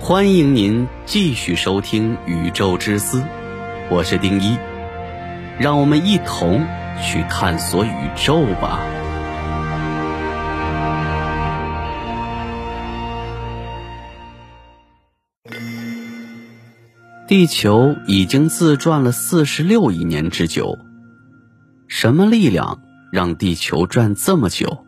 欢迎您继续收听宇宙之思，我是丁一，让我们一同去探索宇宙吧。地球已经自转了46亿年之久，什么力量让地球转这么久？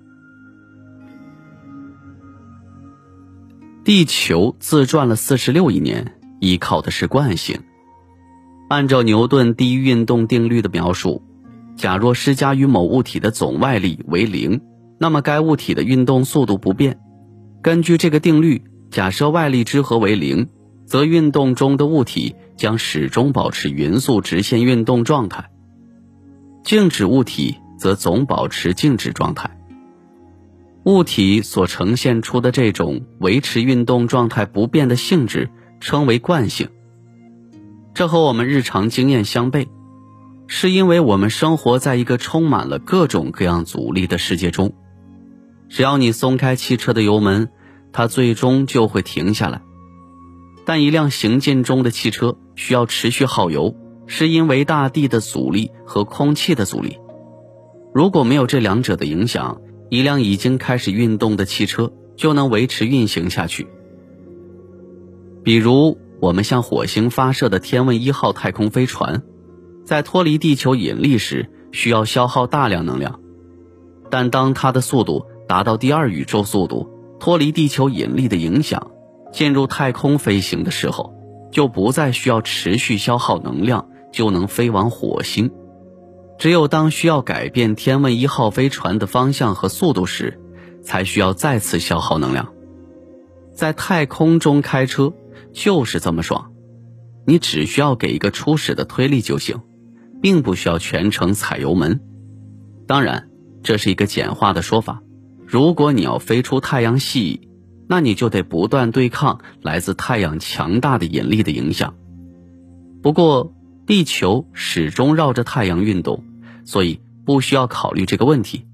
地球自转了46亿年，依靠的是惯性。按照牛顿第一运动定律的描述，假若施加于某物体的总外力为0，那么该物体的运动速度不变。根据这个定律，假设外力之和为0，则运动中的物体将始终保持匀速直线运动状态，静止物体则总保持静止状态。物体所呈现出的这种维持运动状态不变的性质称为惯性。这和我们日常经验相悖，是因为我们生活在一个充满了各种各样阻力的世界中。只要你松开汽车的油门，它最终就会停下来。但一辆行进中的汽车需要持续耗油，是因为大地的阻力和空气的阻力。如果没有这两者的影响，一辆已经开始运动的汽车就能维持运行下去。比如我们向火星发射的天问1号太空飞船，在脱离地球引力时需要消耗大量能量，但当它的速度达到第二宇宙速度，脱离地球引力的影响，进入太空飞行的时候，就不再需要持续消耗能量就能飞往火星。只有当需要改变天问1号飞船的方向和速度时，才需要再次消耗能量。在太空中开车就是这么爽，你只需要给一个初始的推力就行，并不需要全程踩油门。当然，这是一个简化的说法。如果你要飞出太阳系，那你就得不断对抗来自太阳强大的引力的影响。不过地球始终绕着太阳运动，所以不需要考虑这个问题。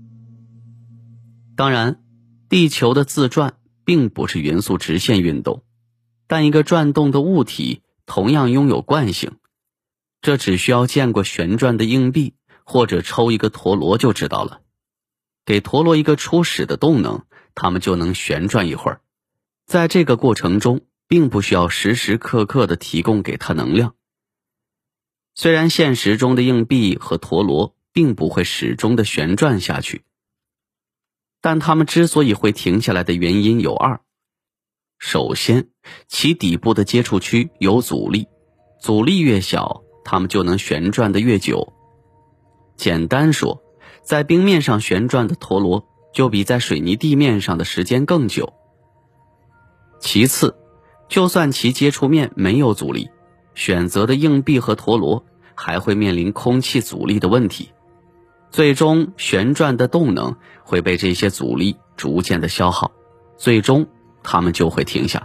当然，地球的自转并不是匀速直线运动，但一个转动的物体同样拥有惯性。这只需要见过旋转的硬币或者抽一个陀螺就知道了。给陀螺一个初始的动能，它们就能旋转一会儿。在这个过程中，并不需要时时刻刻地提供给它能量。虽然现实中的硬币和陀螺并不会始终地旋转下去，但它们之所以会停下来的原因有2。首先，其底部的接触区有阻力，阻力越小，它们就能旋转得越久。简单说，在冰面上旋转的陀螺就比在水泥地面上的时间更久。其次，就算其接触面没有阻力，选择的硬币和陀螺还会面临空气阻力的问题，最终旋转的动能会被这些阻力逐渐的消耗，最终它们就会停下。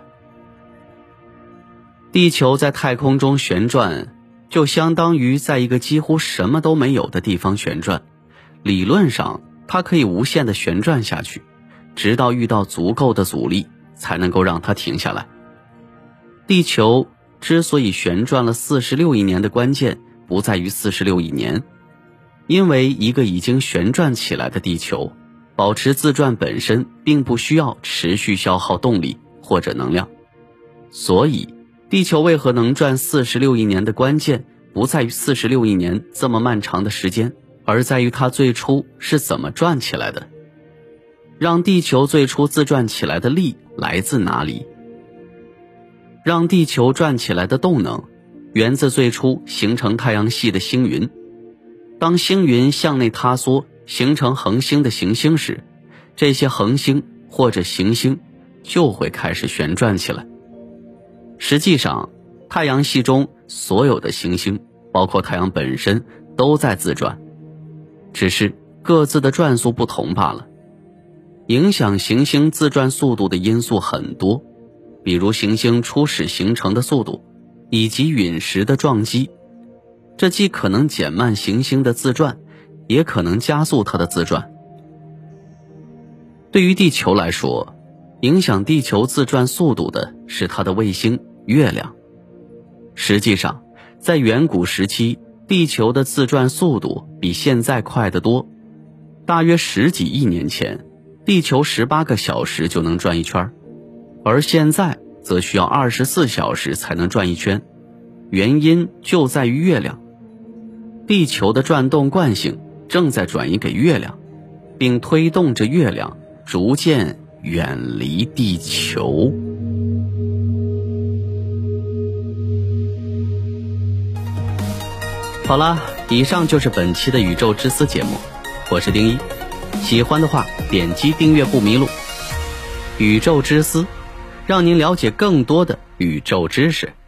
地球在太空中旋转，就相当于在一个几乎什么都没有的地方旋转。理论上，它可以无限的旋转下去，直到遇到足够的阻力，才能够让它停下来。地球之所以旋转了46亿年的关键，不在于46亿年，因为一个已经旋转起来的地球，保持自转本身并不需要持续消耗动力或者能量。所以，地球为何能转46亿年的关键，不在于46亿年这么漫长的时间，而在于它最初是怎么转起来的。让地球最初自转起来的力来自哪里？让地球转起来的动能源自最初形成太阳系的星云。当星云向内塌缩形成恒星的行星时，这些恒星或者行星就会开始旋转起来。实际上，太阳系中所有的行星，包括太阳本身，都在自转，只是各自的转速不同罢了。影响行星自转速度的因素很多，比如行星初始形成的速度，以及陨石的撞击。这既可能减慢行星的自转，也可能加速它的自转。对于地球来说， 影响地球自转速度的是它的卫星月亮。实际上，在远古时期，地球的自转速度比现在快得多。大约10几亿年前，地球18个小时就能转一圈，而现在则需要24小时才能转一圈。原因就在于月亮，地球的转动惯性正在转移给月亮，并推动着月亮逐渐远离地球。好了，以上就是本期的宇宙之思节目，我是丁一，喜欢的话点击订阅不迷路。宇宙之思，让您了解更多的宇宙知识。